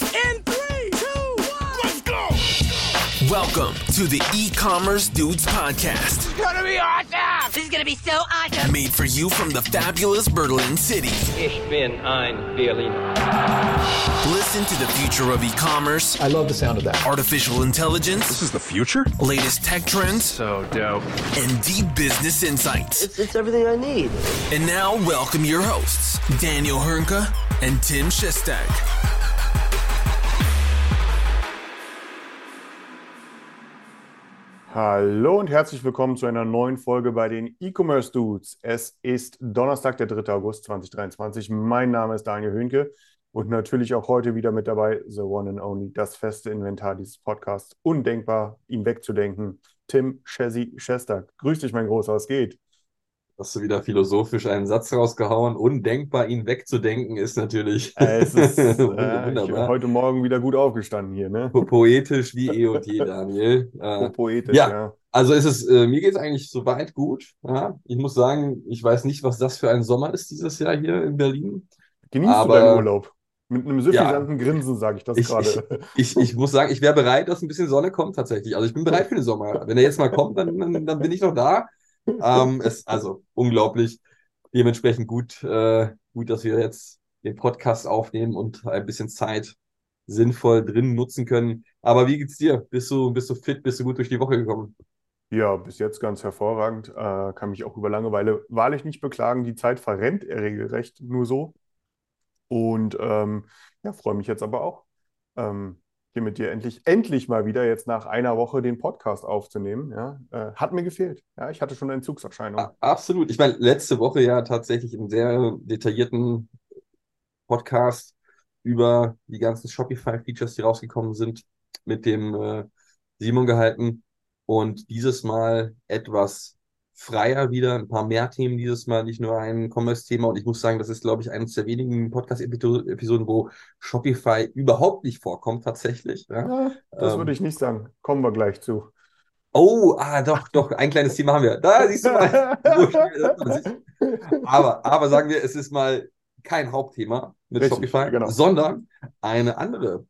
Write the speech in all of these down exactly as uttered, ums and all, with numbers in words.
In three, two, one, let's go! Welcome to the E-Commerce Dudes Podcast. It's gonna be awesome! This is gonna be so awesome! Made for you from the fabulous Berlin City. Ich bin ein Berliner. Listen to the future of e-commerce. I love the sound of that. Artificial intelligence. This is the future? Latest tech trends. So dope. And deep business insights. It's, it's everything I need. And now, welcome your hosts, Daniel Hernke and Tim Shestag. Hallo und herzlich willkommen zu einer neuen Folge bei den E-Commerce Dudes. Es ist Donnerstag, der dritte August zweitausenddreiundzwanzig. Mein Name ist Daniel Hönke und natürlich auch heute wieder mit dabei The One and Only, das feste Inventar dieses Podcasts. Undenkbar, ihn wegzudenken. Tim Shezzy Shestag. Grüß dich, mein Großer, was geht? Hast du wieder philosophisch einen Satz rausgehauen? Undenkbar, ihn wegzudenken, ist natürlich Äh, es ist äh, ich bin wunderbar. heute Morgen wieder gut aufgestanden hier, ne? Po- Poetisch wie eh und je, Daniel. Po Äh, poetisch, ja, ja. also ist es, äh, mir geht es eigentlich soweit gut. Ja? Ich muss sagen, ich weiß nicht, was das für ein Sommer ist dieses Jahr hier in Berlin. Genießt du Aber- deinen Urlaub? Mit einem suffisanten Grinsen sage ich das Ich, ich, gerade. ich, ich muss sagen, ich wäre bereit, dass ein bisschen Sonne kommt tatsächlich. Also ich bin bereit für den Sommer. Wenn er jetzt mal kommt, dann, dann, dann bin ich noch da. Ähm, es, also unglaublich. Dementsprechend gut, äh, gut, dass wir jetzt den Podcast aufnehmen und ein bisschen Zeit sinnvoll drin nutzen können. Aber wie geht's dir? Bist du, bist du fit? Bist du gut durch die Woche gekommen? Ja, bis jetzt ganz hervorragend. Äh, kann mich auch über Langeweile wahrlich nicht beklagen. Die Zeit verrennt regelrecht nur so. Und ähm, ja, freue mich jetzt aber auch, ähm, hier mit dir endlich, endlich mal wieder jetzt nach einer Woche den Podcast aufzunehmen. Ja, äh, hat mir gefehlt. Ja, ich hatte schon Entzugserscheinungen. A- Absolut. Ich meine, letzte Woche ja tatsächlich einen sehr detaillierten Podcast über die ganzen Shopify-Features, die rausgekommen sind, mit dem äh, Simon gehalten. Und dieses Mal etwas freier wieder, ein paar mehr Themen dieses Mal, nicht nur ein Commerce-Thema. Und ich muss sagen, das ist, glaube ich, eines der wenigen Podcast-Episoden, wo Shopify überhaupt nicht vorkommt, tatsächlich. Ja. Ja, das Ähm, würde ich nicht sagen. Kommen wir gleich zu. Oh, ah, doch, doch, ein kleines Thema haben wir. Da siehst du mal. Wo steht man sich? Aber, aber sagen wir, es ist mal kein Hauptthema mit Richtig, Shopify, genau. sondern eine andere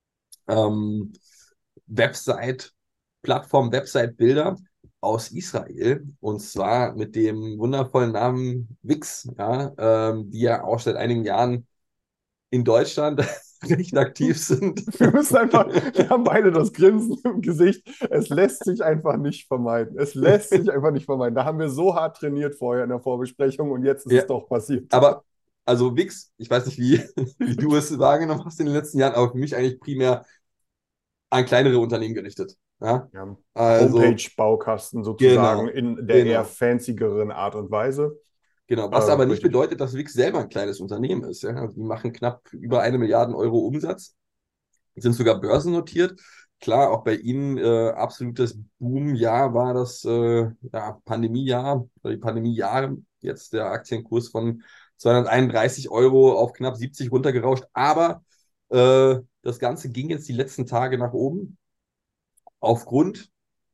ähm, Website, Plattform, Website-Bilder aus Israel, und zwar mit dem wundervollen Namen Wix, ja, ähm, die ja auch seit einigen Jahren in Deutschland recht aktiv sind. Wir müssen einfach, wir haben beide das Grinsen im Gesicht. Es lässt sich einfach nicht vermeiden. Es lässt sich einfach nicht vermeiden. Da haben wir so hart trainiert vorher in der Vorbesprechung und jetzt ist Ja. es doch passiert. Aber, also Wix, ich weiß nicht, wie, wie du es wahrgenommen hast in den letzten Jahren, aber für mich eigentlich primär an kleinere Unternehmen gerichtet. Ja? Ja, Also, Homepage-Baukasten sozusagen Genau, in der genau. eher fancyeren Art und Weise. genau, was äh, aber nicht richtig. bedeutet, dass Wix selber ein kleines Unternehmen ist. Ja? Also die machen knapp über eine Milliarde Euro Umsatz, sind sogar börsennotiert. Klar, auch bei ihnen äh, absolutes Boomjahr war das äh, ja, Pandemiejahr, oder die Pandemiejahre. Jetzt der Aktienkurs von zweihunderteinunddreißig Euro auf knapp siebzig runtergerauscht. Aber äh, das Ganze ging jetzt die letzten Tage nach oben aufgrund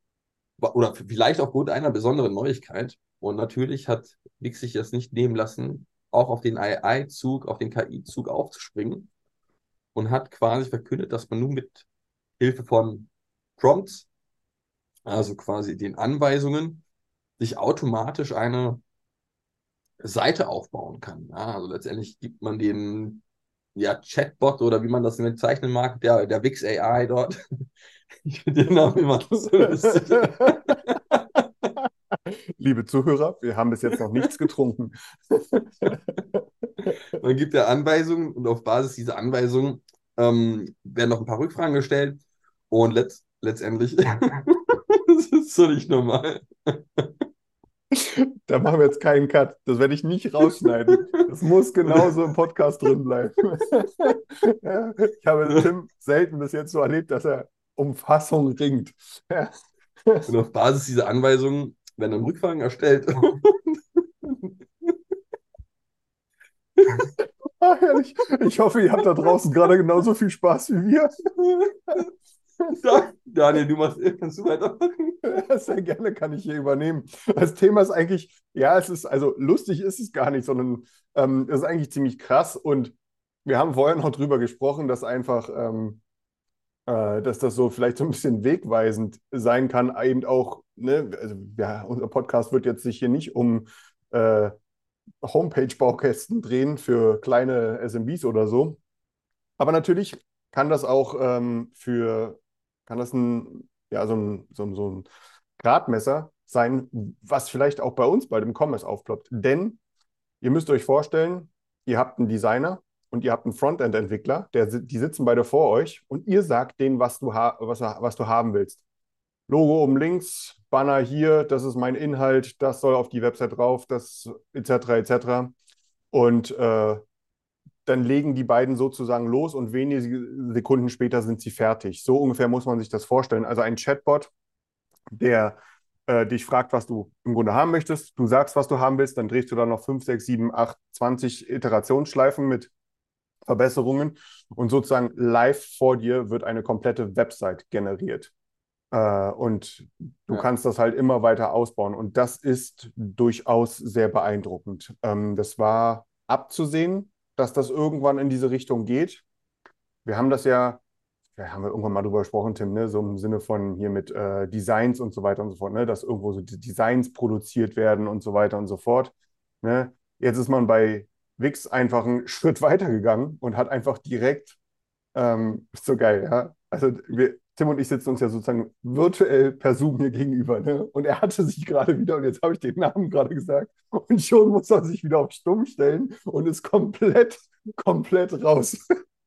oder vielleicht aufgrund einer besonderen Neuigkeit. Und natürlich hat Wix sich das nicht nehmen lassen, auch auf den A I-Zug, auf den K I-Zug aufzuspringen und hat quasi verkündet, dass man nun mit Hilfe von Prompts, also quasi den Anweisungen, sich automatisch eine Seite aufbauen kann. Ja, also letztendlich gibt man dem ja, Chatbot oder wie man das bezeichnen mag, der, der Wix A I dort. Ich finde den Namen immer so lustig. Liebe Zuhörer, wir haben bis jetzt noch nichts getrunken. Man gibt der Anweisungen und auf Basis dieser Anweisungen ähm, werden noch ein paar Rückfragen gestellt und letzt, letztendlich, das ist so nicht normal. Da machen wir jetzt keinen Cut. Das werde ich nicht rausschneiden. Das muss genauso im Podcast drin bleiben. Ja, ich habe Tim selten bis jetzt so erlebt, dass er um Fassung ringt. Ja. Und auf Basis dieser Anweisungen werden dann Rückfragen erstellt. Ah, herrlich. Ich hoffe, ihr habt da draußen gerade genauso viel Spaß wie wir. Ja, Daniel, du machst, kannst du weitermachen? Ja, sehr gerne, kann ich hier übernehmen. Das Thema ist eigentlich, ja, es ist, also lustig ist es gar nicht, sondern ähm, es ist eigentlich ziemlich krass und wir haben vorher noch drüber gesprochen, dass einfach, ähm, äh, dass das so vielleicht so ein bisschen wegweisend sein kann, eben auch, ne, also ja, unser Podcast wird jetzt sich hier nicht um äh, Homepage-Baukästen drehen für kleine S M Bs oder so. Aber natürlich kann das auch ähm, für, kann das ein, ja, so ein, so ein, so ein Gradmesser sein, was vielleicht auch bei uns bei dem Commerce aufploppt. Denn ihr müsst euch vorstellen, ihr habt einen Designer und ihr habt einen Frontend-Entwickler, der, si- die sitzen beide vor euch und ihr sagt denen, was du, ha was, was du haben willst. Logo oben links, Banner hier, das ist mein Inhalt, das soll auf die Website drauf, das et cetera et cetera. Und äh, dann legen die beiden sozusagen los und wenige Sekunden später sind sie fertig. So ungefähr muss man sich das vorstellen. Also ein Chatbot, der äh, dich fragt, was du im Grunde haben möchtest. Du sagst, was du haben willst, dann drehst du da noch fünf, sechs, sieben, acht, zwanzig Iterationsschleifen mit Verbesserungen und sozusagen live vor dir wird eine komplette Website generiert. Äh, und du Ja. kannst das halt immer weiter ausbauen. Und das ist durchaus sehr beeindruckend. Ähm, das war abzusehen, dass das irgendwann in diese Richtung geht. Wir haben das ja, ja, haben wir irgendwann mal drüber gesprochen, Tim, ne? So im Sinne von hier mit äh, Designs und so weiter und so fort, ne? Dass irgendwo so die Designs produziert werden und so weiter und so fort. Ne? Jetzt ist man bei Wix einfach einen Schritt weiter gegangen und hat einfach direkt, ähm, ist so geil, ja. Also wir, Tim und ich sitzen uns ja sozusagen virtuell per Zoom hier gegenüber, ne? Und er hatte sich gerade wieder, und jetzt habe ich den Namen gerade gesagt, und schon muss er sich wieder auf Stumm stellen und ist komplett, komplett raus.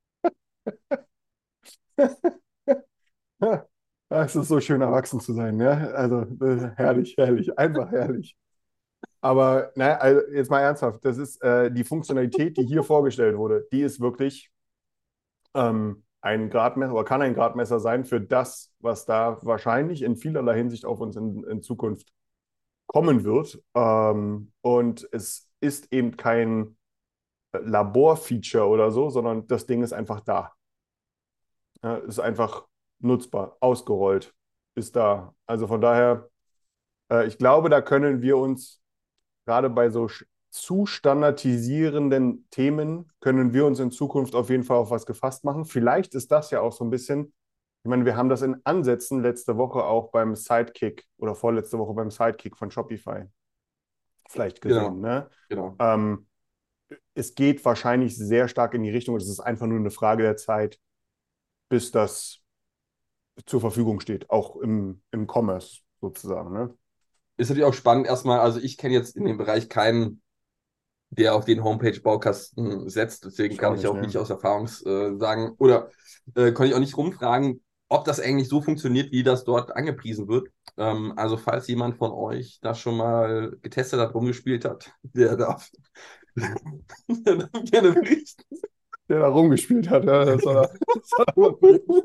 Es ist so schön, erwachsen zu sein, ja. Also äh, herrlich, herrlich, einfach herrlich. Aber naja, also jetzt mal ernsthaft, das ist äh, die Funktionalität, die hier vorgestellt wurde, die ist wirklich ähm, ein Gradmesser oder kann ein Gradmesser sein für das, was da wahrscheinlich in vielerlei Hinsicht auf uns in, in Zukunft kommen wird. Ähm, und es ist eben kein Laborfeature oder so, sondern das Ding ist einfach da. Ja, ist einfach nutzbar, ausgerollt, ist da. Also von daher, äh, ich glaube, da können wir uns gerade bei so sch- zu standardisierenden Themen, können wir uns in Zukunft auf jeden Fall auf was gefasst machen. Vielleicht ist das ja auch so ein bisschen, ich meine, wir haben das in Ansätzen letzte Woche auch beim Sidekick oder vorletzte Woche beim Sidekick von Shopify vielleicht gesehen, Genau, ne? genau. Ähm, es geht wahrscheinlich sehr stark in die Richtung, und es ist einfach nur eine Frage der Zeit, bis das zur Verfügung steht, auch im, im Commerce sozusagen, ne? Ist natürlich auch spannend erstmal, also ich kenne jetzt in dem Bereich keinen, der auf den Homepage-Baukasten setzt, deswegen Ich auch kann ich nicht, auch nicht ne? aus Erfahrung äh, sagen, oder äh, konnte ich auch nicht rumfragen, ob das eigentlich so funktioniert, wie das dort angepriesen wird. Ähm, also falls jemand von euch das schon mal getestet hat, rumgespielt hat, der darf, der darf gerne berichten. Der da rumgespielt hat, ja, das soll er, das soll er mal bringen.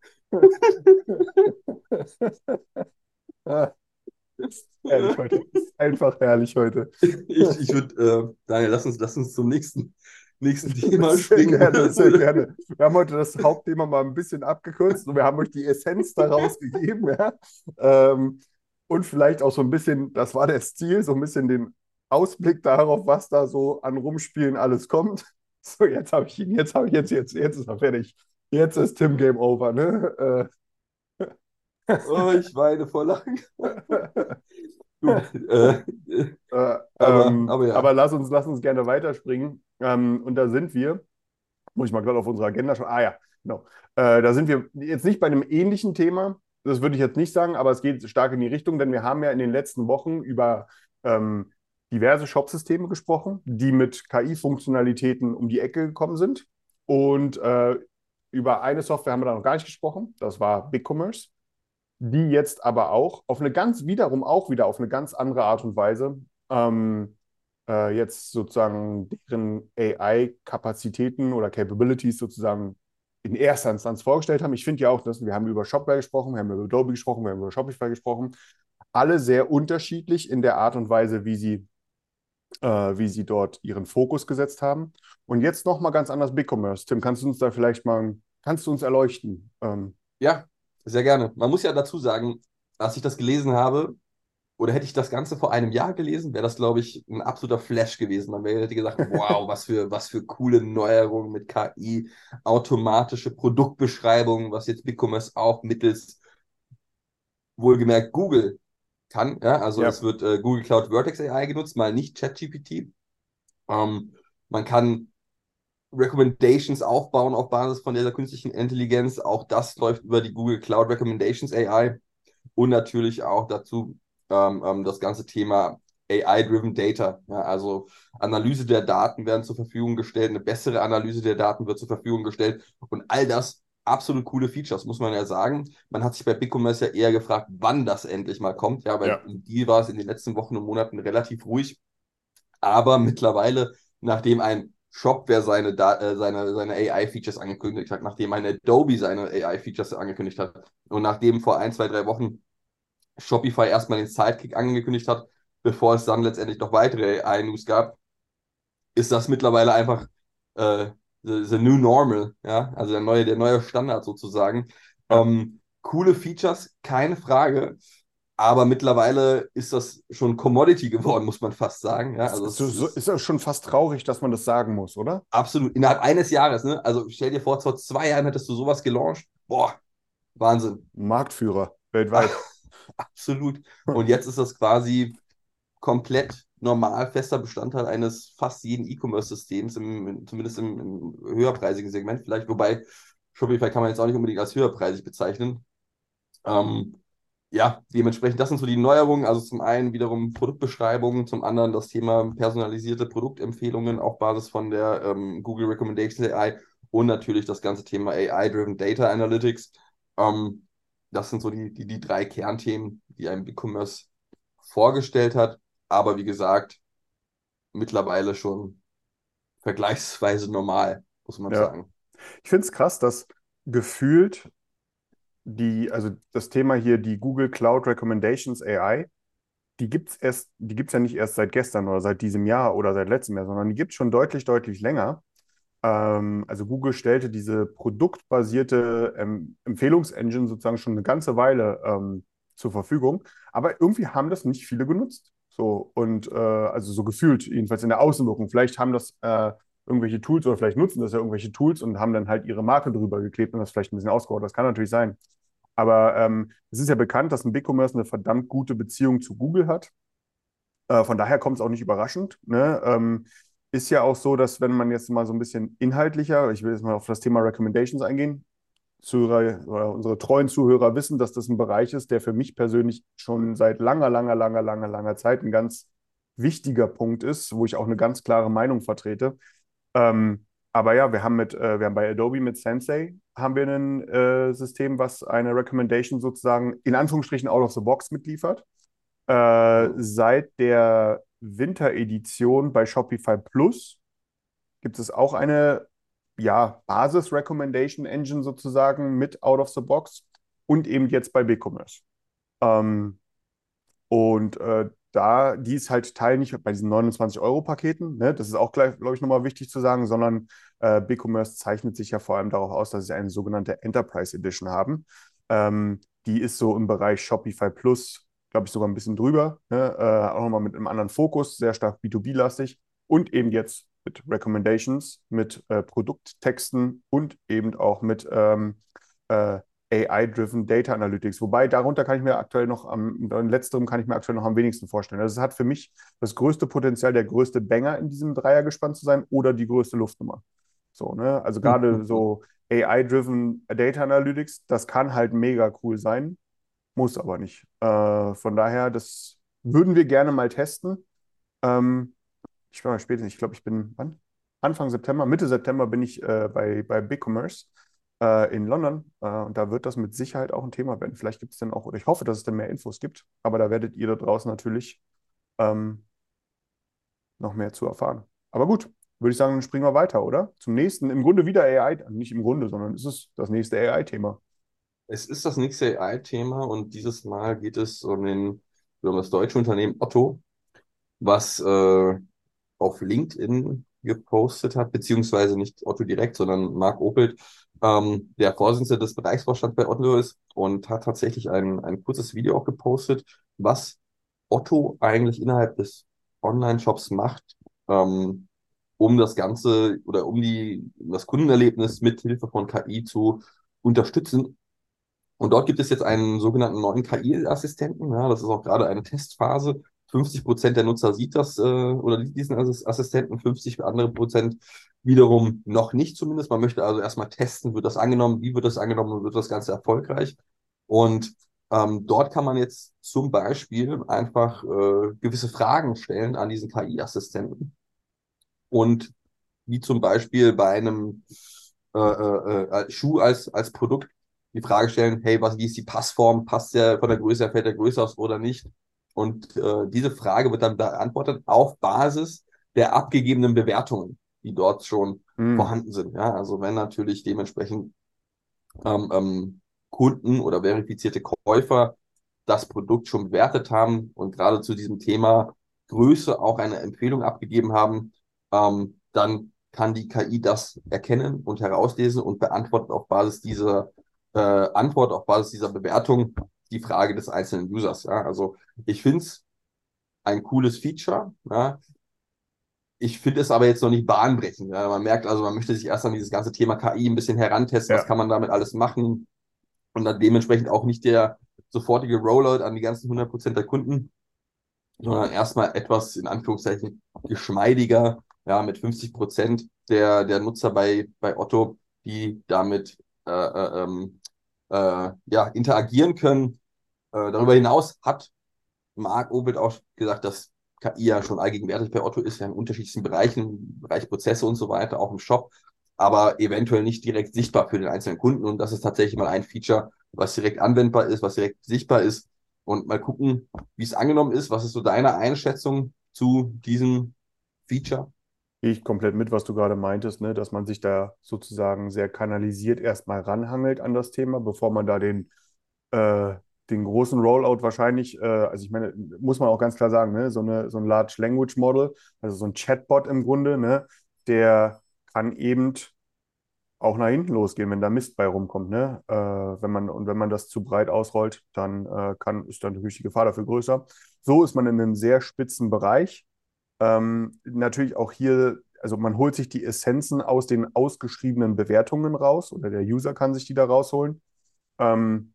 Ah, ist herrlich heute. Ist einfach herrlich heute. Ich, ich würde, äh, Daniel, lass uns, lass uns zum nächsten, nächsten Thema Sehr springen. gerne, sehr gerne. Wir haben heute das Hauptthema mal ein bisschen abgekürzt und wir haben euch die Essenz daraus gegeben, ja. Ähm, und vielleicht auch so ein bisschen, das war das Ziel, so ein bisschen den Ausblick darauf, was da so an Rumspielen alles kommt. So, jetzt habe ich ihn, jetzt habe ich jetzt, jetzt, jetzt ist er fertig. Jetzt ist Tim Game Over, ne? Oh, ich weine vor Lachen. Äh, Gut, äh, Äh, aber, ähm, aber ja, aber lass uns, lass uns gerne weiterspringen. Ähm, und da sind wir, muss ich mal gerade auf unsere Agenda schauen. Ah ja, genau. Äh, da sind wir jetzt nicht bei einem ähnlichen Thema, das würde ich jetzt nicht sagen, aber es geht stark in die Richtung, denn wir haben ja in den letzten Wochen über ähm, diverse Shopsysteme gesprochen, die mit K I-Funktionalitäten um die Ecke gekommen sind. Und äh, über eine Software haben wir da noch gar nicht gesprochen, das war BigCommerce, die jetzt aber auch auf eine ganz, wiederum auch wieder auf eine ganz andere Art und Weise ähm, äh, jetzt sozusagen deren A I-Kapazitäten oder Capabilities sozusagen in erster Instanz vorgestellt haben. Ich finde ja auch, dass wir haben über Shopware gesprochen, wir haben über Adobe gesprochen, wir haben über Shopify gesprochen. Alle sehr unterschiedlich in der Art und Weise, wie sie, äh, wie sie dort ihren Fokus gesetzt haben. Und jetzt nochmal ganz anders BigCommerce. Tim, kannst du uns da vielleicht mal, kannst du uns erleuchten? Ähm, ja, sehr gerne. Man muss ja dazu sagen, als ich das gelesen habe, Oder hätte ich das Ganze vor einem Jahr gelesen, wäre das, glaube ich, ein absoluter Flash gewesen. Man hätte gesagt, wow, was für, was für coole Neuerungen mit K I, automatische Produktbeschreibungen, was jetzt BigCommerce auch mittels, wohlgemerkt, Google kann. Ja? Also Ja, es wird äh, Google Cloud Vertex A I genutzt, mal nicht ChatGPT. Ähm, man kann Recommendations aufbauen auf Basis von dieser künstlichen Intelligenz. Auch das läuft über die Google Cloud Recommendations A I. Und natürlich auch dazu ähm, ähm, das ganze Thema A I-driven Data. Ja, also Analyse der Daten werden zur Verfügung gestellt, eine bessere Analyse der Daten wird zur Verfügung gestellt. Und all das absolut coole Features, muss man ja sagen. Man hat sich bei BigCommerce ja eher gefragt, wann das endlich mal kommt. Ja, weil ja, die war es in den letzten Wochen und Monaten relativ ruhig. Aber mittlerweile, nachdem ein Shopware seine, äh, seine, seine A I-Features angekündigt hat, nachdem ein Adobe seine A I-Features angekündigt hat und nachdem vor ein, zwei, drei Wochen Shopify erstmal den Sidekick angekündigt hat, bevor es dann letztendlich noch weitere A I-News gab, ist das mittlerweile einfach äh, the, the new normal, ja, also der neue, der neue Standard sozusagen. ja. Ähm, coole Features, keine Frage. Aber mittlerweile ist das schon Commodity geworden, muss man fast sagen. Ja, Es also ist, es so, so, ist ist ja schon fast traurig, dass man das sagen muss, oder? absolut innerhalb eines Jahres. Ne? Also stell dir vor, vor zwei Jahren hättest du sowas gelauncht. Boah, Wahnsinn. Marktführer weltweit. Absolut. Und jetzt ist das quasi komplett normal fester Bestandteil eines fast jeden E-Commerce-Systems, im, im, zumindest im, im höherpreisigen Segment vielleicht. Wobei Shopify kann man jetzt auch nicht unbedingt als höherpreisig bezeichnen. Ähm, ja, dementsprechend, das sind so die Neuerungen. Also zum einen wiederum Produktbeschreibungen, zum anderen das Thema personalisierte Produktempfehlungen auf Basis von der ähm, Google Recommendations A I und natürlich das ganze Thema A I-driven Data Analytics. Ähm, das sind so die, die, die drei Kernthemen, die ein BigCommerce vorgestellt hat. Aber wie gesagt, mittlerweile schon vergleichsweise normal, muss man Ja. sagen. Ich finde es krass, dass gefühlt die, also das Thema hier, die Google Cloud Recommendations A I, die gibt es erst, die gibt es ja nicht erst seit gestern oder seit diesem Jahr oder seit letztem Jahr, sondern die gibt es schon deutlich, deutlich länger. Ähm, also Google stellte diese produktbasierte ähm, Empfehlungsengine sozusagen schon eine ganze Weile ähm, zur Verfügung, aber irgendwie haben das nicht viele genutzt. So, und äh, also so gefühlt, jedenfalls in der Außenwirkung. Vielleicht haben das äh, irgendwelche Tools oder vielleicht nutzen das ja irgendwelche Tools und haben dann halt ihre Marke drüber geklebt und das vielleicht ein bisschen ausgebaut. Das kann natürlich sein. Aber ähm, es ist ja bekannt, dass ein BigCommerce eine verdammt gute Beziehung zu Google hat. Äh, von daher kommt es auch nicht überraschend. Ne? Ähm, ist ja auch so, dass wenn man jetzt mal so ein bisschen inhaltlicher, ich will jetzt mal auf das Thema Recommendations eingehen, Zuhörer oder unsere treuen Zuhörer wissen, dass das ein Bereich ist, der für mich persönlich schon seit langer, langer, langer, langer, langer Zeit ein ganz wichtiger Punkt ist, wo ich auch eine ganz klare Meinung vertrete. Ähm, aber ja, wir haben mit, äh, wir haben bei Adobe mit Sensei haben wir ein äh, System, was eine Recommendation sozusagen in Anführungsstrichen out of the box mitliefert. Äh, seit der Winteredition bei Shopify Plus gibt es auch eine ja, Basis-Recommendation-Engine sozusagen mit out of the box und eben jetzt bei BigCommerce. Ähm, und äh, da, die ist halt Teil nicht bei diesen neunundzwanzig-Euro-Paketen, ne? Das ist auch, glaube ich, nochmal wichtig zu sagen, sondern äh, BigCommerce zeichnet sich ja vor allem darauf aus, dass sie eine sogenannte Enterprise Edition haben. Ähm, die ist so im Bereich Shopify Plus, glaube ich, sogar ein bisschen drüber, ne? Äh, auch nochmal mit einem anderen Fokus, sehr stark B zwei B-lastig und eben jetzt mit Recommendations, mit äh, Produkttexten und eben auch mit ähm, äh, A I-driven Data Analytics. Wobei darunter kann ich mir aktuell noch am, in letzterem kann ich mir aktuell noch am wenigsten vorstellen. Also es hat für mich das größte Potenzial, der größte Banger in diesem Dreiergespann zu sein oder die größte Luftnummer. So, ne? Also gerade so A I-driven Data Analytics, das kann halt mega cool sein, muss aber nicht. Äh, von daher, das würden wir gerne mal testen. Ähm, ich war mal spätestens, ich glaube, ich bin, wann? Anfang September, Mitte September bin ich äh, bei, bei BigCommerce äh, in London. Äh, und da wird das mit Sicherheit auch ein Thema werden. Vielleicht gibt es dann auch, oder ich hoffe, dass es dann mehr Infos gibt, aber da werdet ihr da draußen natürlich ähm, noch mehr zu erfahren. Aber gut, würde ich sagen, dann springen wir weiter, oder? Zum nächsten, im Grunde wieder A I, nicht im Grunde, sondern es ist das nächste A I-Thema. Es ist das nächste A I-Thema und dieses Mal geht es um, den, um das deutsche Unternehmen Otto, was äh, auf LinkedIn gepostet hat, beziehungsweise nicht Otto direkt, sondern Marc Opelt, ähm, der Vorsitzende des Bereichsvorstands bei Otto ist und hat tatsächlich ein, ein kurzes Video auch gepostet, was Otto eigentlich innerhalb des Online-Shops macht, ähm, um das Ganze oder um die, um das Kundenerlebnis mit Hilfe von K I zu unterstützen. Und dort gibt es jetzt einen sogenannten neuen K I-Assistenten. Ja, das ist auch gerade eine Testphase. fünfzig Prozent der Nutzer sieht das äh, oder sieht diesen Assistenten, fünfzig andere Prozent wiederum noch nicht zumindest. Man möchte also erstmal testen, wird das angenommen, wie wird das angenommen und wird das Ganze erfolgreich. Und ähm, dort kann man jetzt zum Beispiel einfach äh, gewisse Fragen stellen an diesen K I-Assistenten. Und wie zum Beispiel bei einem äh, äh, äh, Schuh als, als Produkt die Frage stellen, hey, was, wie ist die Passform? Passt der von der Größe her, fällt der größer aus oder nicht? Und äh, diese Frage wird dann beantwortet auf Basis der abgegebenen Bewertungen, die dort schon Hm. vorhanden sind. Ja, also wenn natürlich dementsprechend ähm, ähm, Kunden oder verifizierte Käufer das Produkt schon bewertet haben und gerade zu diesem Thema Größe auch eine Empfehlung abgegeben haben, ähm, dann kann die K I das erkennen und herauslesen und beantwortet auf Basis dieser äh, Antwort, auf Basis dieser Bewertung die Frage des einzelnen Users. Ja? Also ich finde es ein cooles Feature. Ja? Ich finde es aber jetzt noch nicht bahnbrechend. Ja? Man merkt also, man möchte sich erst an dieses ganze Thema K I ein bisschen herantesten. Was Ja. kann man damit alles machen? Und dann dementsprechend auch nicht der sofortige Rollout an die ganzen hundert Prozent der Kunden, sondern erstmal etwas in Anführungszeichen geschmeidiger, ja, mit fünfzig Prozent der, der Nutzer bei, bei Otto, die damit äh, äh, ähm, äh, ja, interagieren können. Äh, darüber hinaus hat Marc Opelt auch gesagt, dass K I ja schon allgegenwärtig bei Otto ist, ja in unterschiedlichsten Bereichen, im Bereich Prozesse und so weiter, auch im Shop, aber eventuell nicht direkt sichtbar für den einzelnen Kunden. Und das ist tatsächlich mal ein Feature, was direkt anwendbar ist, was direkt sichtbar ist. Und mal gucken, wie es angenommen ist. Was ist so deine Einschätzung zu diesem Feature? Gehe ich komplett mit, was du gerade meintest, ne? Dass man sich da sozusagen sehr kanalisiert erstmal ranhangelt an das Thema, bevor man da den, äh, den großen Rollout wahrscheinlich, äh, also ich meine, muss man auch ganz klar sagen, ne? So eine, so ein Large Language Model, also so ein Chatbot im Grunde, ne? Der kann eben auch nach hinten losgehen, wenn da Mist bei rumkommt, ne? Äh, wenn man, und wenn man das zu breit ausrollt, dann äh, kann, ist dann natürlich die Gefahr dafür größer. So ist man in einem sehr spitzen Bereich. Ähm, natürlich auch hier, also man holt sich die Essenzen aus den ausgeschriebenen Bewertungen raus oder der User kann sich die da rausholen. Ähm,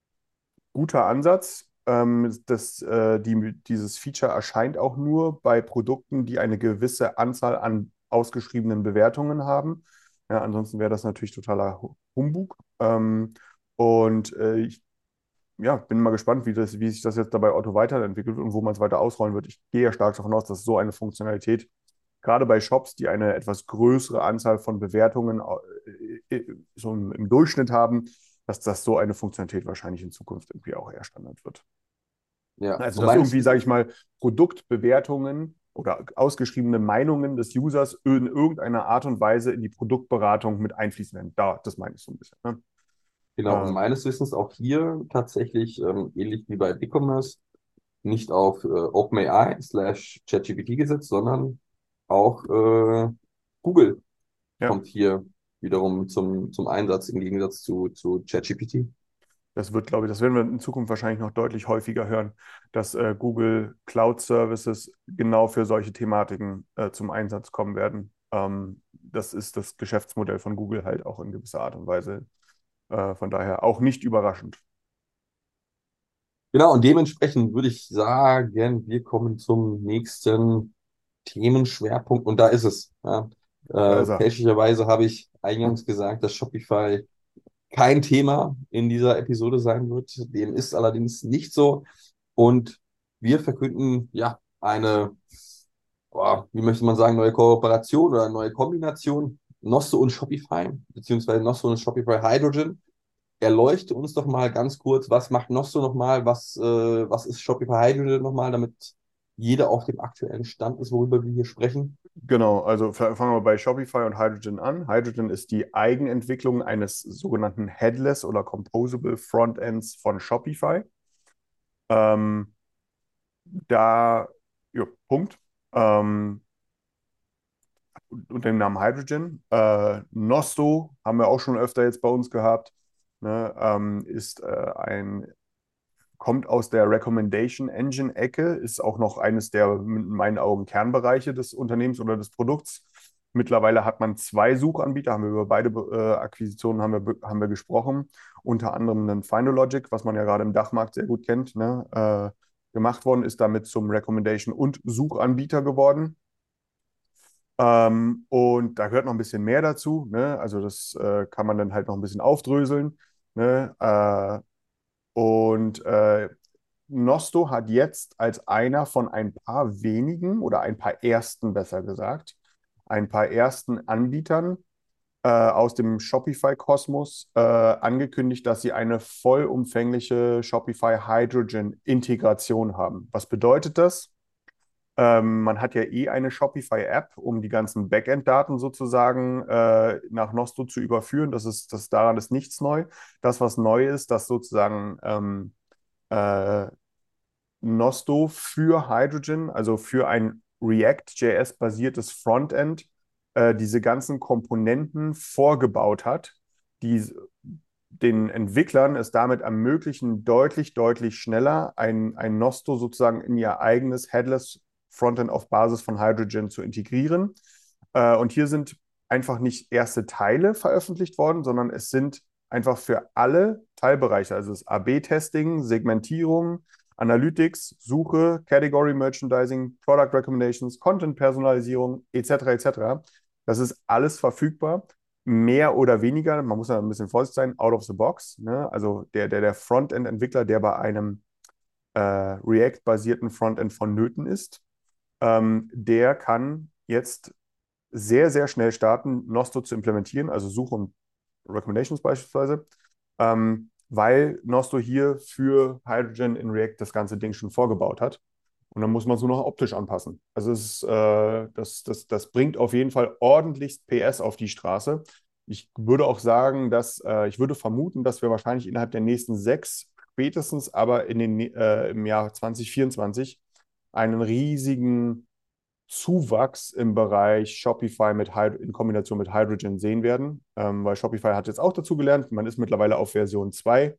guter Ansatz. Ähm, das, äh, die, dieses Feature erscheint auch nur bei Produkten, die eine gewisse Anzahl an ausgeschriebenen Bewertungen haben. Ja, ansonsten wäre das natürlich totaler Humbug. Ähm, und äh, ich ja, bin mal gespannt, wie, das, wie sich das jetzt dabei Otto weiterentwickelt wird und wo man es weiter ausrollen wird. Ich gehe ja stark davon aus, dass so eine Funktionalität, gerade bei Shops, die eine etwas größere Anzahl von Bewertungen äh, äh, so im, im Durchschnitt haben, dass das so eine Funktionalität wahrscheinlich in Zukunft irgendwie auch eher Standard wird. Ja, Also, und dass meines irgendwie, sage ich mal, Produktbewertungen oder ausgeschriebene Meinungen des Users in irgendeiner Art und Weise in die Produktberatung mit einfließen werden. Da, das meine ich so ein bisschen. Ne? Genau, und Äh, meines Wissens auch hier tatsächlich ähm, ähnlich wie bei BigCommerce nicht auf äh, OpenAI slash ChatGPT gesetzt, sondern auch äh, Google ja. kommt hier wiederum zum, zum Einsatz im Gegensatz zu, zu ChatGPT. Das wird, glaube ich, das werden wir in Zukunft wahrscheinlich noch deutlich häufiger hören, dass äh, Google Cloud Services genau für solche Thematiken äh, zum Einsatz kommen werden. Ähm, das ist das Geschäftsmodell von Google halt auch in gewisser Art und Weise. Äh, von daher auch nicht überraschend. Genau, und dementsprechend würde ich sagen, wir kommen zum nächsten Themenschwerpunkt und da ist es. Ja. Da Äh, ist er. fälschlicherweise habe ich eingangs gesagt, dass Shopify kein Thema in dieser Episode sein wird. Dem ist allerdings nicht so. Und wir verkünden ja eine, boah, wie möchte man sagen, neue Kooperation oder neue Kombination. Nosto und Shopify, beziehungsweise Nosto und Shopify Hydrogen. Erleuchte uns doch mal ganz kurz, was macht Nosto nochmal, was, äh, was ist Shopify Hydrogen nochmal, damit jeder auf dem aktuellen Stand ist, worüber wir hier sprechen. Genau, also fa- fangen wir bei Shopify und Hydrogen an. Hydrogen ist die Eigenentwicklung eines sogenannten Headless oder Composable Frontends von Shopify. Ähm, da, ja, Punkt. Ähm, unter dem Namen Hydrogen. Äh, Nosto haben wir auch schon öfter jetzt bei uns gehabt. Ne, ähm, ist äh, ein kommt aus der Recommendation Engine Ecke, ist auch noch eines der in meinen Augen Kernbereiche des Unternehmens oder des Produkts. Mittlerweile hat man zwei Suchanbieter, haben wir über beide äh, Akquisitionen haben wir, haben wir gesprochen, unter anderem einen Finalogic, was man ja gerade im Dachmarkt sehr gut kennt, ne? äh, gemacht worden, ist damit zum Recommendation- und Suchanbieter geworden. Ähm, und da gehört noch ein bisschen mehr dazu, ne? Also das äh, kann man dann halt noch ein bisschen aufdröseln, ne? Äh, und äh, Nosto hat jetzt als einer von ein paar wenigen oder ein paar ersten, besser gesagt, ein paar ersten Anbietern äh, aus dem Shopify-Kosmos äh, angekündigt, dass sie eine vollumfängliche Shopify Hydrogen-Integration haben. Was bedeutet das? Ähm, man hat ja eh eine Shopify-App, um die ganzen Backend-Daten sozusagen äh, nach Nosto zu überführen. Das ist, das daran ist nichts neu. Das, was neu ist, dass sozusagen ähm, äh, Nosto für Hydrogen, also für ein React.js-basiertes Frontend, äh, diese ganzen Komponenten vorgebaut hat, die den Entwicklern es damit ermöglichen, deutlich, deutlich schneller ein, ein Nosto sozusagen in ihr eigenes Headless Frontend auf Basis von Hydrogen zu integrieren. Äh, und hier sind einfach nicht erste Teile veröffentlicht worden, sondern es sind einfach für alle Teilbereiche, also das A B-Testing, Segmentierung, Analytics, Suche, Category Merchandising, Product Recommendations, Content-Personalisierung et cetera et cetera. Das ist alles verfügbar, mehr oder weniger, man muss da ein bisschen vorsichtig sein, out of the box. Ne? Also der, der, der Frontend-Entwickler, der bei einem äh, React-basierten Frontend vonnöten ist, ähm, der kann jetzt sehr, sehr schnell starten, Nosto zu implementieren, also Suche und Recommendations beispielsweise, ähm, weil Nosto hier für Hydrogen in React das ganze Ding schon vorgebaut hat. Und dann muss man es nur noch optisch anpassen. Also es ist, äh, das, das, das bringt auf jeden Fall ordentlich P S auf die Straße. Ich würde auch sagen, dass äh, ich würde vermuten, dass wir wahrscheinlich innerhalb der nächsten sechs, spätestens aber in den, äh, im Jahr zwanzig vierundzwanzig einen riesigen Zuwachs im Bereich Shopify mit in Kombination mit Hydrogen sehen werden, ähm, weil Shopify hat jetzt auch dazu gelernt, man ist mittlerweile auf Version zwei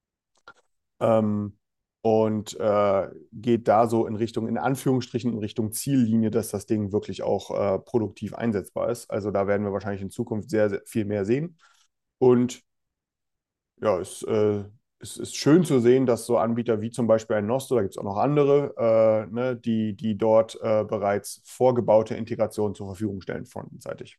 ähm, und äh, geht da so in Richtung, in Anführungsstrichen, in Richtung Ziellinie, dass das Ding wirklich auch äh, produktiv einsetzbar ist. Also da werden wir wahrscheinlich in Zukunft sehr, sehr viel mehr sehen. Und ja, es, äh, es ist schön zu sehen, dass so Anbieter wie zum Beispiel ein Nosto, da gibt es auch noch andere, äh, ne, die, die dort äh, bereits vorgebaute Integrationen zur Verfügung stellen, frontenseitig.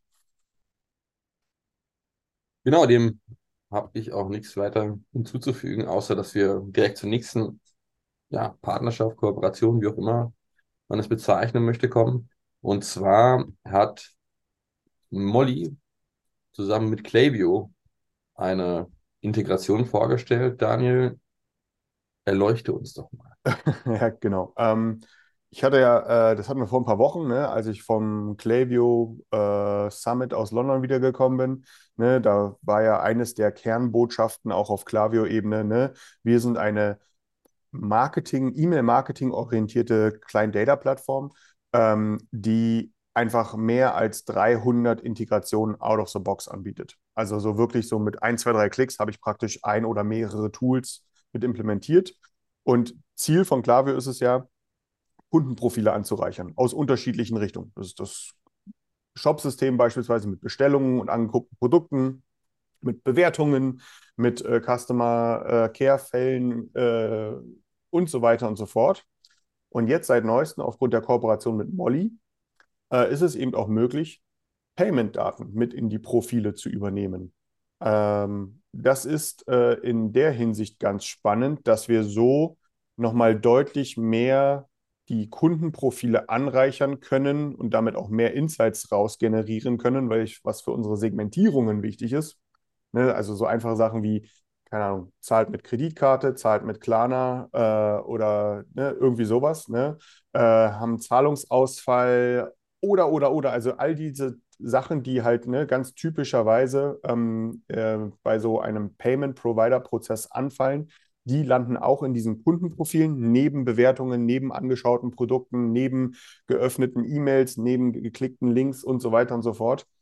Genau, dem habe ich auch nichts weiter hinzuzufügen, außer dass wir direkt zur nächsten ja, Partnerschaft, Kooperation, wie auch immer man es bezeichnen möchte, kommen. Und zwar hat Molly zusammen mit Klaviyo eine Integration vorgestellt. Daniel, erleuchte uns doch mal. Ja, genau. Ähm, ich hatte ja, äh, das hatten wir vor ein paar Wochen, ne, als ich vom Klaviyo äh, Summit aus London wiedergekommen bin. Ne, da war ja eines der Kernbotschaften auch auf Klaviyo-Ebene. Ne, wir sind eine Marketing, E-Mail-Marketing orientierte Client-Data-Plattform, ähm, die einfach mehr als dreihundert Integrationen out of the box anbietet. Also so wirklich so mit ein, zwei, drei Klicks habe ich praktisch ein oder mehrere Tools mit implementiert. Und Ziel von Klaviyo ist es ja, Kundenprofile anzureichern aus unterschiedlichen Richtungen. Das ist das Shop-System beispielsweise mit Bestellungen und angeguckten Produkten, mit Bewertungen, mit äh, Customer äh, Care-Fällen äh, und so weiter und so fort. Und jetzt seit neuestem, aufgrund der Kooperation mit Molly, äh, ist es eben auch möglich, Payment-Daten mit in die Profile zu übernehmen. Ähm, das ist äh, in der Hinsicht ganz spannend, dass wir so nochmal deutlich mehr die Kundenprofile anreichern können und damit auch mehr Insights raus generieren können, weil ich, was für unsere Segmentierungen wichtig ist. Ne? Also so einfache Sachen wie, keine Ahnung, zahlt mit Kreditkarte, zahlt mit Klarna äh, oder ne, irgendwie sowas, ne? Äh, haben Zahlungsausfall oder, oder, oder. Also all diese Sachen, die halt ne, ganz typischerweise ähm, äh, bei so einem Payment-Provider-Prozess anfallen, die landen auch in diesen Kundenprofilen, neben Bewertungen, neben angeschauten Produkten, neben geöffneten E-Mails, neben geklickten Links und so weiter und so fort.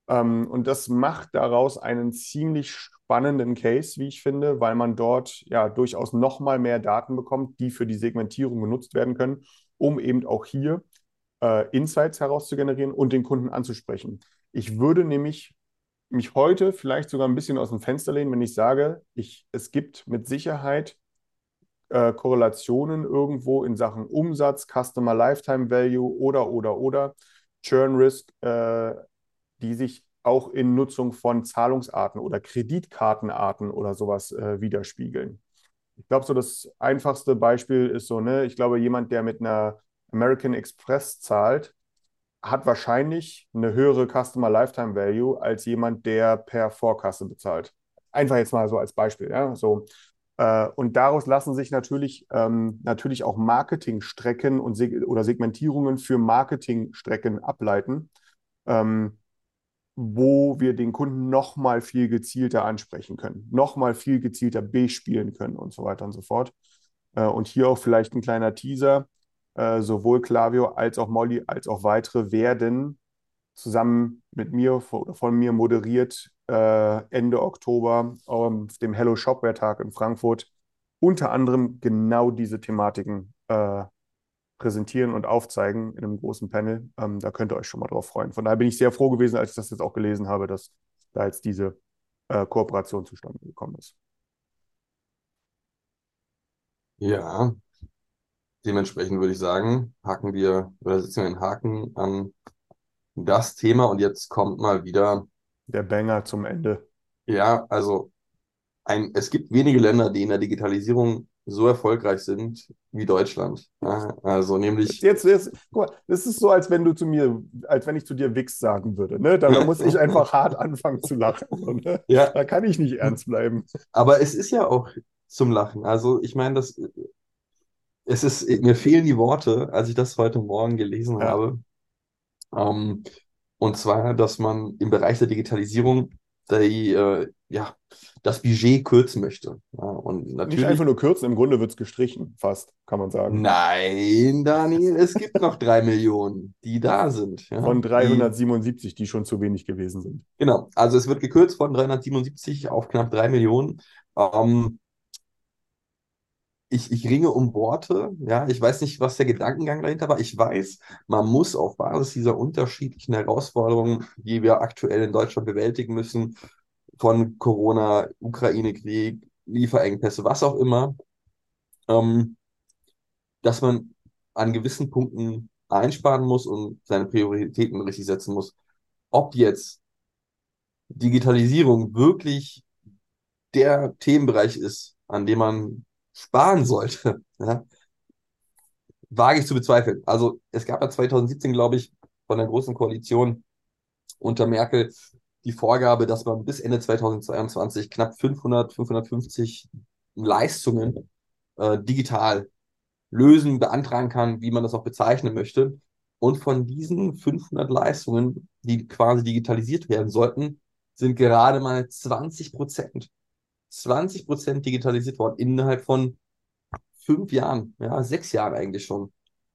Ähm, und das macht daraus einen ziemlich spannenden Case, wie ich finde, weil man dort ja durchaus noch mal mehr Daten bekommt, die für die Segmentierung genutzt werden können, um eben auch hier äh, Insights herauszugenerieren und den Kunden anzusprechen. Ich würde nämlich mich heute vielleicht sogar ein bisschen aus dem Fenster lehnen, wenn ich sage, ich, es gibt mit Sicherheit äh, Korrelationen irgendwo in Sachen Umsatz, Customer Lifetime Value oder, oder, oder Churn Risk, äh, die sich auch in Nutzung von Zahlungsarten oder Kreditkartenarten oder sowas äh, widerspiegeln. Ich glaube, so das einfachste Beispiel ist so, ne, ich glaube, jemand, der mit einer American Express zahlt, hat wahrscheinlich eine höhere Customer Lifetime Value als jemand, der per Vorkasse bezahlt. Einfach jetzt mal so als Beispiel, ja, so. Äh, und daraus lassen sich natürlich, ähm, natürlich auch Marketingstrecken und Seg oder Segmentierungen für Marketingstrecken ableiten, ähm, wo wir den Kunden noch mal viel gezielter ansprechen können, noch mal viel gezielter bespielen können und so weiter und so fort. Äh, und hier auch vielleicht ein kleiner Teaser. Äh, sowohl Klaviyo als auch Molly als auch weitere werden zusammen mit mir oder von mir moderiert äh, Ende Oktober auf dem Hello Shopware Tag in Frankfurt unter anderem genau diese Thematiken äh, präsentieren und aufzeigen in einem großen Panel. Ähm, da könnt ihr euch schon mal drauf freuen. Von daher bin ich sehr froh gewesen, als ich das jetzt auch gelesen habe, dass da jetzt diese äh, Kooperation zustande gekommen ist. Ja, dementsprechend würde ich sagen, haken wir oder setzen wir einen Haken an das Thema und jetzt kommt mal wieder, Der Banger zum Ende. ja, also ein, es gibt wenige Länder, die in der Digitalisierung so erfolgreich sind wie Deutschland. Ja, also nämlich, Jetzt, jetzt, guck mal, das ist so, als wenn du zu mir, als wenn ich zu dir Wichs sagen würde. Ne? Da, da muss ich einfach hart anfangen zu lachen. So, ne? ja, Da kann ich nicht ernst bleiben. aber es ist ja auch zum Lachen. Also ich meine, das, es ist, mir fehlen die Worte, als ich das heute Morgen gelesen Ja. habe. Ähm, und zwar, dass man im Bereich der Digitalisierung die, äh, ja, das Budget kürzen möchte. Ja, und Nicht natürlich, einfach nur kürzen, im Grunde wird es gestrichen, fast, kann man sagen. nein, Daniel, es gibt noch drei Millionen, die da sind. Ja, Von die, dreihundertsiebenundsiebzig, die schon zu wenig gewesen sind. genau, also es wird gekürzt von dreihundertsiebenundsiebzig auf knapp drei Millionen. Ähm, ich, ich ringe um Worte, ja, ich weiß nicht, was der Gedankengang dahinter war. Ich weiß, man muss auf Basis dieser unterschiedlichen Herausforderungen, die wir aktuell in Deutschland bewältigen müssen, von Corona, Ukraine-Krieg, Lieferengpässe, was auch immer, ähm, dass man an gewissen Punkten einsparen muss und seine Prioritäten richtig setzen muss. Ob jetzt Digitalisierung wirklich der Themenbereich ist, an dem man sparen sollte, ja, wage ich zu bezweifeln. Also es gab ja zwanzig siebzehn, glaube ich, von der Großen Koalition unter Merkel die Vorgabe, dass man bis Ende zweitausendzweiundzwanzig knapp fünfhundert, fünfhundertfünfzig Leistungen äh, digital lösen, beantragen kann, wie man das auch bezeichnen möchte. Und von diesen fünfhundert Leistungen, die quasi digitalisiert werden sollten, sind gerade mal zwanzig Prozent, zwanzig Prozent digitalisiert worden innerhalb von fünf Jahren, ja, sechs Jahren eigentlich schon.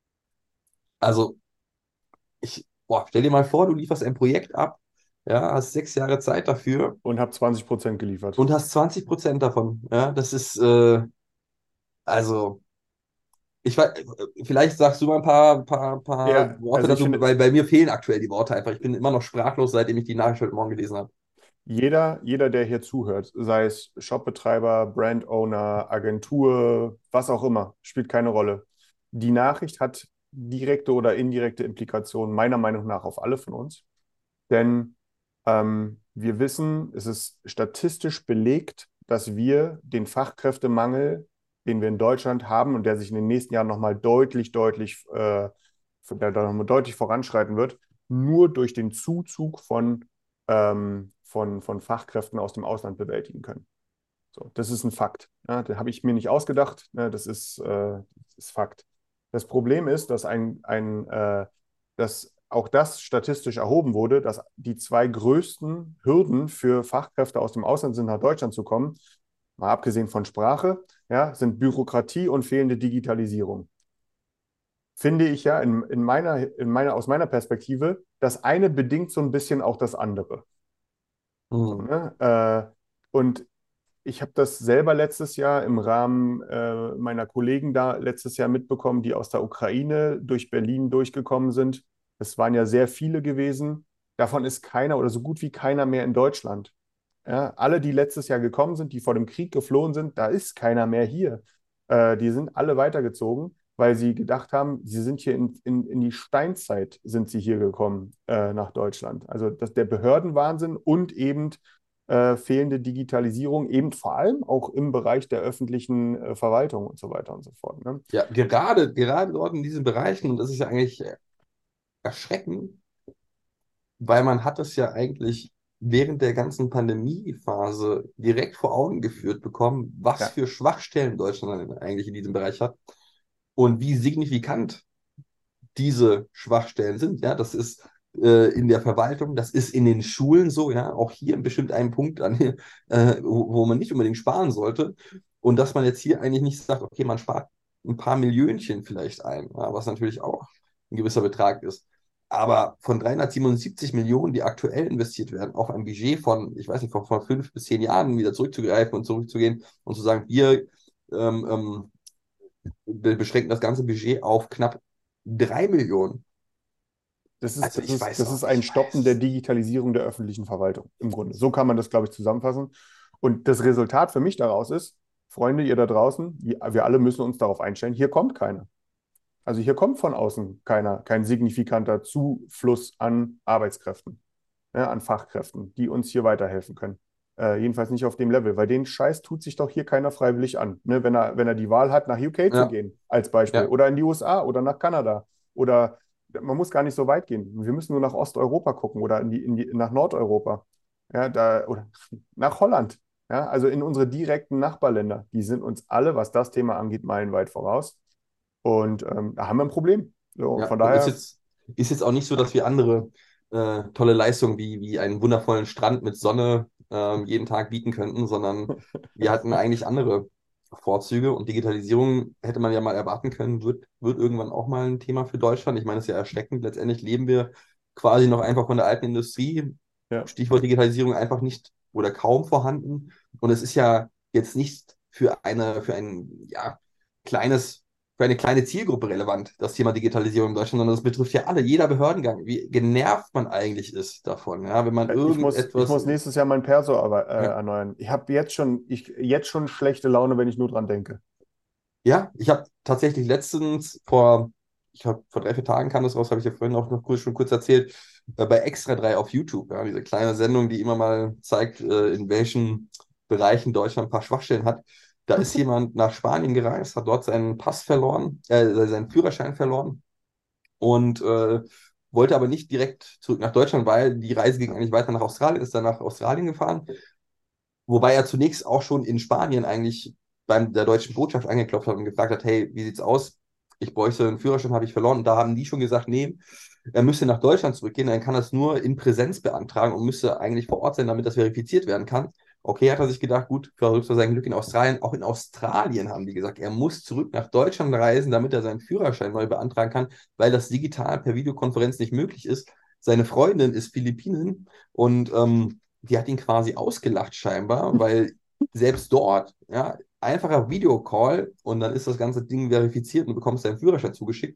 Also, ich, boah, stell dir mal vor, du lieferst ein Projekt ab, ja, hast sechs Jahre Zeit dafür Und habe zwanzig Prozent geliefert. und hast zwanzig Prozent davon. Ja, das ist, äh, also, ich weiß, vielleicht sagst du mal ein paar, paar, paar Ja, Worte also ich dazu, finde, weil bei mir fehlen aktuell die Worte einfach. Ich bin immer noch sprachlos, seitdem ich die Nachricht heute Morgen gelesen habe. jeder, jeder, der hier zuhört, sei es Shopbetreiber, Brandowner, Agentur, was auch immer, spielt keine Rolle. Die Nachricht hat direkte oder indirekte Implikationen, meiner Meinung nach, auf alle von uns. Denn ähm, wir wissen, es ist statistisch belegt, dass wir den Fachkräftemangel, den wir in Deutschland haben und der sich in den nächsten Jahren nochmal deutlich, deutlich, äh, der da nochmal deutlich voranschreiten wird, nur durch den Zuzug von, ähm, von, von Fachkräften aus dem Ausland bewältigen können. So, das ist ein Fakt. Ja, den habe ich mir nicht ausgedacht. Ne, das ist, äh, das ist Fakt. Das Problem ist, dass ein, ein äh, dass auch das statistisch erhoben wurde, dass die zwei größten Hürden für Fachkräfte aus dem Ausland sind, nach Deutschland zu kommen, mal abgesehen von Sprache, ja, sind Bürokratie und fehlende Digitalisierung. finde ich ja in, in meiner, in meiner, aus meiner Perspektive, das eine bedingt so ein bisschen auch das andere. So, Hm. ne? Äh, und ich habe das selber letztes Jahr im Rahmen äh, meiner Kollegen da letztes Jahr mitbekommen, die aus der Ukraine durch Berlin durchgekommen sind. Es waren ja sehr viele gewesen. Davon ist keiner oder so gut wie keiner mehr in Deutschland. Ja, alle, die letztes Jahr gekommen sind, die vor dem Krieg geflohen sind, da ist keiner mehr hier. Äh, die sind alle weitergezogen, weil sie gedacht haben, sie sind hier in, in, in die Steinzeit sind sie hier gekommen äh, nach Deutschland. Also das, der Behördenwahnsinn und eben äh, fehlende Digitalisierung, eben vor allem auch im Bereich der öffentlichen äh, Verwaltung und so weiter und so fort. Ne? Ja, gerade, gerade dort in diesen Bereichen, und das ist ja eigentlich erschreckend, weil man hat es ja eigentlich während der ganzen Pandemiephase direkt vor Augen geführt bekommen, was Ja, für Schwachstellen Deutschland eigentlich in diesem Bereich hat und wie signifikant diese Schwachstellen sind. Ja, das ist äh, in der Verwaltung, das ist in den Schulen so, ja, auch hier bestimmt ein Punkt, an, äh, wo, wo man nicht unbedingt sparen sollte. Und dass man jetzt hier eigentlich nicht sagt, okay, man spart ein paar Millionchen vielleicht ein, ja, was natürlich auch ein gewisser Betrag ist. Aber von dreihundertsiebenundsiebzig Millionen, die aktuell investiert werden, auf ein Budget von, ich weiß nicht, von, von fünf bis zehn Jahren wieder zurückzugreifen und zurückzugehen und zu sagen, wir ähm, ähm, beschränken das ganze Budget auf knapp drei Millionen. das ist, Also das ich ist, weiß das auch ist ein nicht, Stoppen der weiß. Digitalisierung der öffentlichen Verwaltung im Grunde. So kann man das, glaube ich, zusammenfassen. Und das Resultat für mich daraus ist, Freunde, ihr da draußen, wir alle müssen uns darauf einstellen, hier kommt keiner. Also hier kommt von außen keiner, kein signifikanter Zufluss an Arbeitskräften, ja, an Fachkräften, die uns hier weiterhelfen können. Äh, jedenfalls nicht auf dem Level, weil den Scheiß tut sich doch hier keiner freiwillig an. Ne? Wenn er, wenn er die Wahl hat, nach U K zu Ja, gehen, als Beispiel, ja, oder in die U S A oder nach Kanada. Oder man muss gar nicht so weit gehen. Wir müssen nur nach Osteuropa gucken oder in die, in die, nach Nordeuropa. Ja, da, oder nach Holland. Ja, also in unsere direkten Nachbarländer. Die sind uns alle, was das Thema angeht, meilenweit voraus. Und ähm, da haben wir ein Problem. So, ja. von Und ist daher, jetzt, ist jetzt auch nicht so, dass wir andere äh, tolle Leistungen wie, wie einen wundervollen Strand mit Sonne ähm, jeden Tag bieten könnten, sondern wir hatten eigentlich andere Vorzüge und Digitalisierung hätte man ja mal erwarten können, wird, wird irgendwann auch mal ein Thema für Deutschland. Ich meine, es ist ja erschreckend. Letztendlich leben wir quasi noch einfach von der alten Industrie. ja, Stichwort Digitalisierung einfach nicht oder kaum vorhanden. Und es ist ja jetzt nicht für eine, für ein ja, kleines, für eine kleine Zielgruppe relevant, das Thema Digitalisierung in Deutschland, sondern das betrifft ja alle, jeder Behördengang, wie genervt man eigentlich ist davon, ja, wenn man ich muss, ich irgendetwas, muss nächstes Jahr mein Perso aber, äh, ja, erneuern. Ich habe jetzt schon, ich, jetzt schon schlechte Laune, wenn ich nur dran denke. ja, ich habe tatsächlich letztens vor, ich habe vor drei, vier Tagen kam das raus, habe ich ja vorhin auch noch kurz, schon kurz erzählt, äh, bei Extra drei auf YouTube, ja, diese kleine Sendung, die immer mal zeigt, äh, in welchen Bereichen Deutschland ein paar Schwachstellen hat. Da ist jemand nach Spanien gereist, hat dort seinen Pass verloren, äh, seinen Führerschein verloren und äh, wollte aber nicht direkt zurück nach Deutschland, weil die Reise ging eigentlich weiter nach Australien, ist dann nach Australien gefahren. Wobei er zunächst auch schon in Spanien eigentlich beim der deutschen Botschaft angeklopft hat und gefragt hat, hey, wie sieht's aus? Ich bräuchte einen Führerschein, habe ich verloren. Und da haben die schon gesagt, nee, er müsste nach Deutschland zurückgehen, dann kann er es nur in Präsenz beantragen und müsste eigentlich vor Ort sein, damit das verifiziert werden kann. Okay, hat er sich gedacht, gut, versucht er sein Glück in Australien. Auch in Australien haben die gesagt, er muss zurück nach Deutschland reisen, damit er seinen Führerschein neu beantragen kann, weil das digital per Videokonferenz nicht möglich ist. Seine Freundin ist Philippinin und ähm, die hat ihn quasi ausgelacht scheinbar, weil selbst dort, ja, einfacher Videocall und dann ist das ganze Ding verifiziert und du bekommst deinen Führerschein zugeschickt.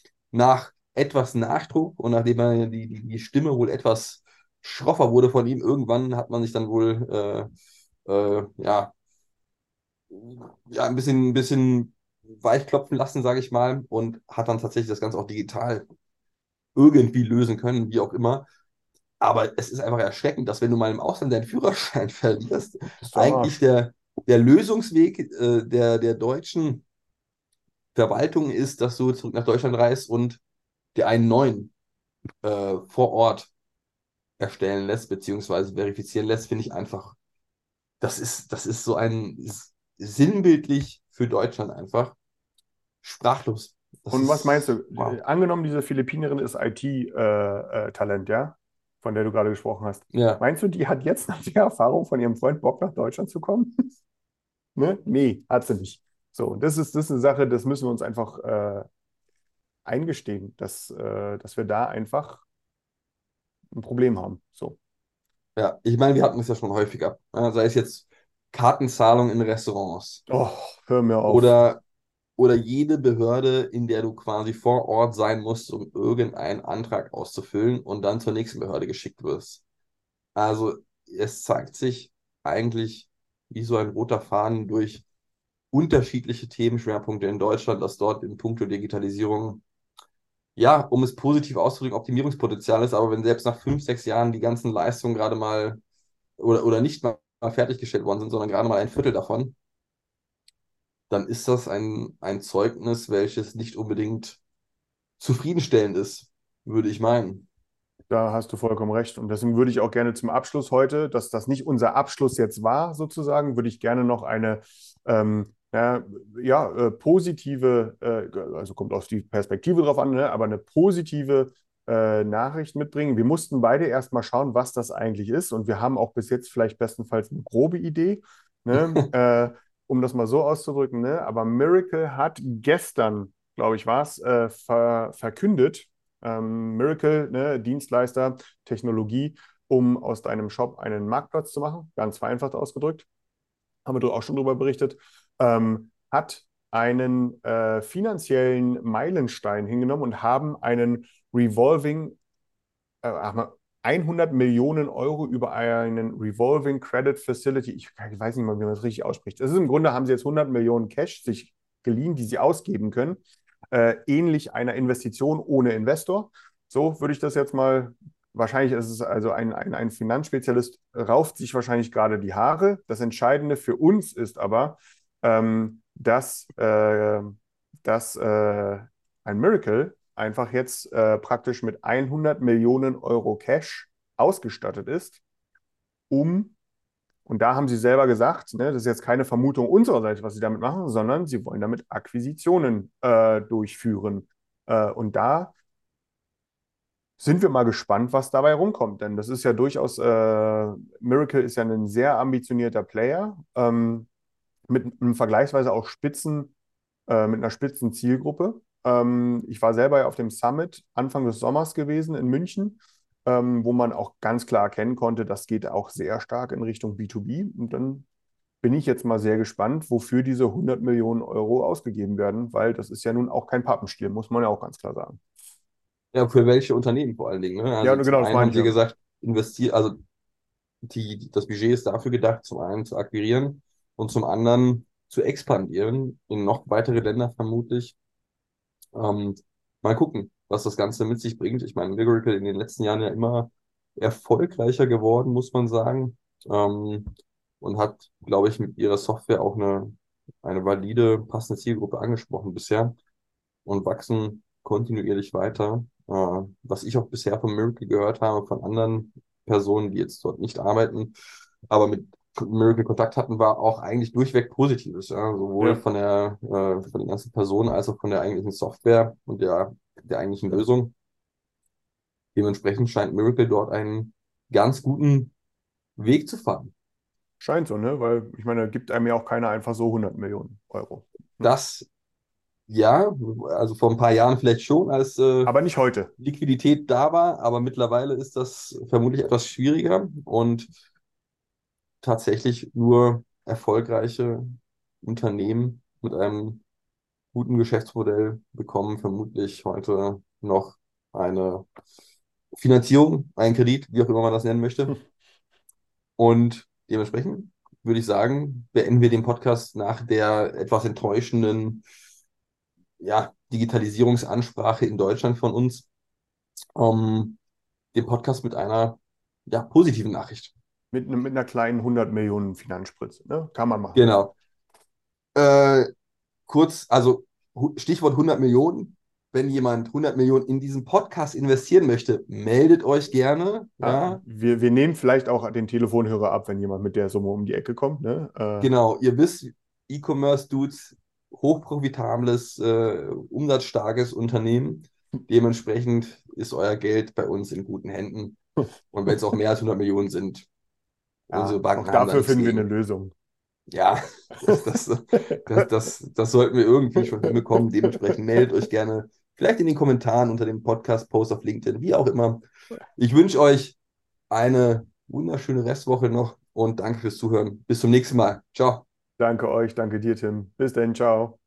Nach etwas Nachdruck und nachdem er die, die, die Stimme wohl etwas schroffer wurde von ihm, irgendwann hat man sich dann wohl äh, äh, ja, ja, ein bisschen, ein bisschen weichklopfen lassen, sage ich mal, und hat dann tatsächlich das Ganze auch digital irgendwie lösen können, wie auch immer. Aber es ist einfach erschreckend, dass wenn du mal im Ausland deinen Führerschein verlierst, Bist du am eigentlich Arsch. der, der Lösungsweg äh, der, der deutschen Verwaltung ist, dass du zurück nach Deutschland reist und dir einen neuen äh, vor Ort erstellen lässt, beziehungsweise verifizieren lässt, finde ich einfach, das ist, das ist so ein sinnbildlich für Deutschland einfach sprachlos. Das Und was meinst ist, du? wow. Äh, Angenommen, diese Philippinerin ist I T-Talent, ja? Von der du gerade gesprochen hast. Ja, Meinst du, die hat jetzt nach der Erfahrung von ihrem Freund Bock, nach Deutschland zu kommen? Ne? Nee, hat sie nicht. So, das ist, das ist eine Sache, das müssen wir uns einfach, äh, eingestehen, dass, äh, dass wir da einfach ein Problem haben. So. Ja, ich meine, wir hatten es ja schon häufiger. Ja, sei es jetzt Kartenzahlung in Restaurants Oh, hör mir auf. oder, oder jede Behörde, in der du quasi vor Ort sein musst, um irgendeinen Antrag auszufüllen und dann zur nächsten Behörde geschickt wirst. Also es zeigt sich eigentlich wie so ein roter Faden durch unterschiedliche Themenschwerpunkte in Deutschland, dass dort in puncto Digitalisierung, ja, um es positiv auszudrücken, Optimierungspotenzial ist, aber wenn selbst nach fünf, sechs Jahren die ganzen Leistungen gerade mal oder, oder nicht mal fertiggestellt worden sind, sondern gerade mal ein Viertel davon, dann ist das ein, ein Zeugnis, welches nicht unbedingt zufriedenstellend ist, würde ich meinen. Da hast du vollkommen recht. Und deswegen würde ich auch gerne zum Abschluss heute, dass das nicht unser Abschluss jetzt war, sozusagen, würde ich gerne noch eine ähm, ja, ja, äh, positive, äh, also kommt auf die Perspektive drauf an, ne, aber eine positive äh, Nachricht mitbringen. Wir mussten beide erstmal schauen, was das eigentlich ist. Und wir haben auch bis jetzt vielleicht bestenfalls eine grobe Idee, ne, äh, um das mal so auszudrücken. Ne? Aber Miracle hat gestern, glaube ich, war es, äh, ver verkündet, ähm, Miracle, ne, Dienstleister, Technologie, um aus deinem Shop einen Marktplatz zu machen, ganz vereinfacht ausgedrückt, haben wir auch schon darüber berichtet, ähm, hat einen äh, finanziellen Meilenstein hingenommen und haben einen Revolving, äh, hundert Millionen Euro über einen Revolving Credit Facility, ich, ich weiß nicht mal, wie man das richtig ausspricht. Das ist im Grunde, haben sie jetzt hundert Millionen Cash sich geliehen, die sie ausgeben können. Äh, ähnlich einer Investition ohne Investor. So würde ich das jetzt mal, wahrscheinlich ist es also ein, ein, ein Finanzspezialist, rauft sich wahrscheinlich gerade die Haare. Das Entscheidende für uns ist aber, ähm, dass, äh, dass äh, ein Miracle einfach jetzt äh, praktisch mit hundert Millionen Euro Cash ausgestattet ist, um und da haben sie selber gesagt, ne, das ist jetzt keine Vermutung unsererseits, was sie damit machen, sondern sie wollen damit Akquisitionen äh, durchführen. Äh, und da sind wir mal gespannt, was dabei rumkommt. Denn das ist ja durchaus, äh, Miracle ist ja ein sehr ambitionierter Player, ähm, mit einem vergleichsweise auch Spitzen, äh, mit einer spitzen Zielgruppe. Ähm, ich war selber ja auf dem Summit Anfang des Sommers gewesen in München, ähm, wo man auch ganz klar erkennen konnte, das geht auch sehr stark in Richtung B zwei B. Und dann bin ich jetzt mal sehr gespannt, wofür diese hundert Millionen Euro ausgegeben werden, weil das ist ja nun auch kein Pappenstiel, muss man ja auch ganz klar sagen. Ja, für welche Unternehmen vor allen Dingen. Ne? Also Ja, zum genau, das einen meine haben ich sie ja. gesagt, investiert, also die, das Budget ist dafür gedacht, zum einen zu akquirieren und zum anderen zu expandieren in noch weitere Länder vermutlich. Ähm, mal gucken, was das Ganze mit sich bringt. Ich meine, Miracle in den letzten Jahren ja immer erfolgreicher geworden, muss man sagen. Ähm, und hat, glaube ich, mit ihrer Software auch eine, eine valide, passende Zielgruppe angesprochen bisher und wachsen kontinuierlich weiter. Äh, was ich auch bisher von Miracle gehört habe, von anderen Personen, die jetzt dort nicht arbeiten, aber mit Miracle Kontakt hatten, war auch eigentlich durchweg Positives. Ja? Sowohl Ja. von der, äh, von den ganzen Personen als auch von der eigentlichen Software und der, der eigentlichen Lösung. Dementsprechend scheint Miracle dort einen ganz guten Weg zu fahren. Scheint so, ne? Weil ich meine, gibt einem ja auch keiner einfach so hundert Millionen Euro. Das, ja, also vor ein paar Jahren vielleicht schon, als äh, Aber nicht heute. Liquidität da war, aber mittlerweile ist das vermutlich etwas schwieriger und tatsächlich nur erfolgreiche Unternehmen mit einem guten Geschäftsmodell bekommen vermutlich heute noch eine Finanzierung, einen Kredit, wie auch immer man das nennen möchte. Und dementsprechend würde ich sagen, beenden wir den Podcast nach der etwas enttäuschenden, ja, Digitalisierungsansprache in Deutschland von uns, ähm, den Podcast mit einer, ja, positiven Nachricht. Mit, ne- mit einer kleinen hundert Millionen Finanzspritze, ne? Kann man machen. Genau. Äh, kurz, also hu- Stichwort hundert Millionen. Wenn jemand hundert Millionen in diesen Podcast investieren möchte, meldet euch gerne. Ah, Ja, wir, wir nehmen vielleicht auch den Telefonhörer ab, wenn jemand mit der Summe um die Ecke kommt, ne? Äh, genau. Ihr wisst, E-Commerce-Dudes, hochprofitables, äh, umsatzstarkes Unternehmen. Dementsprechend ist euer Geld bei uns in guten Händen. Und wenn es auch mehr als hundert Millionen sind, ja, unsere auch Banken haben da dafür nichts finden wir eine gegen. Lösung. Ja, das, das, das, das, das sollten wir irgendwie schon hinbekommen. Dementsprechend meldet euch gerne vielleicht in den Kommentaren unter dem Podcast-Post auf LinkedIn, wie auch immer. Ich wünsche euch eine wunderschöne Restwoche noch und danke fürs Zuhören. Bis zum nächsten Mal. Ciao. Danke euch, danke dir, Tim. Bis dann, ciao.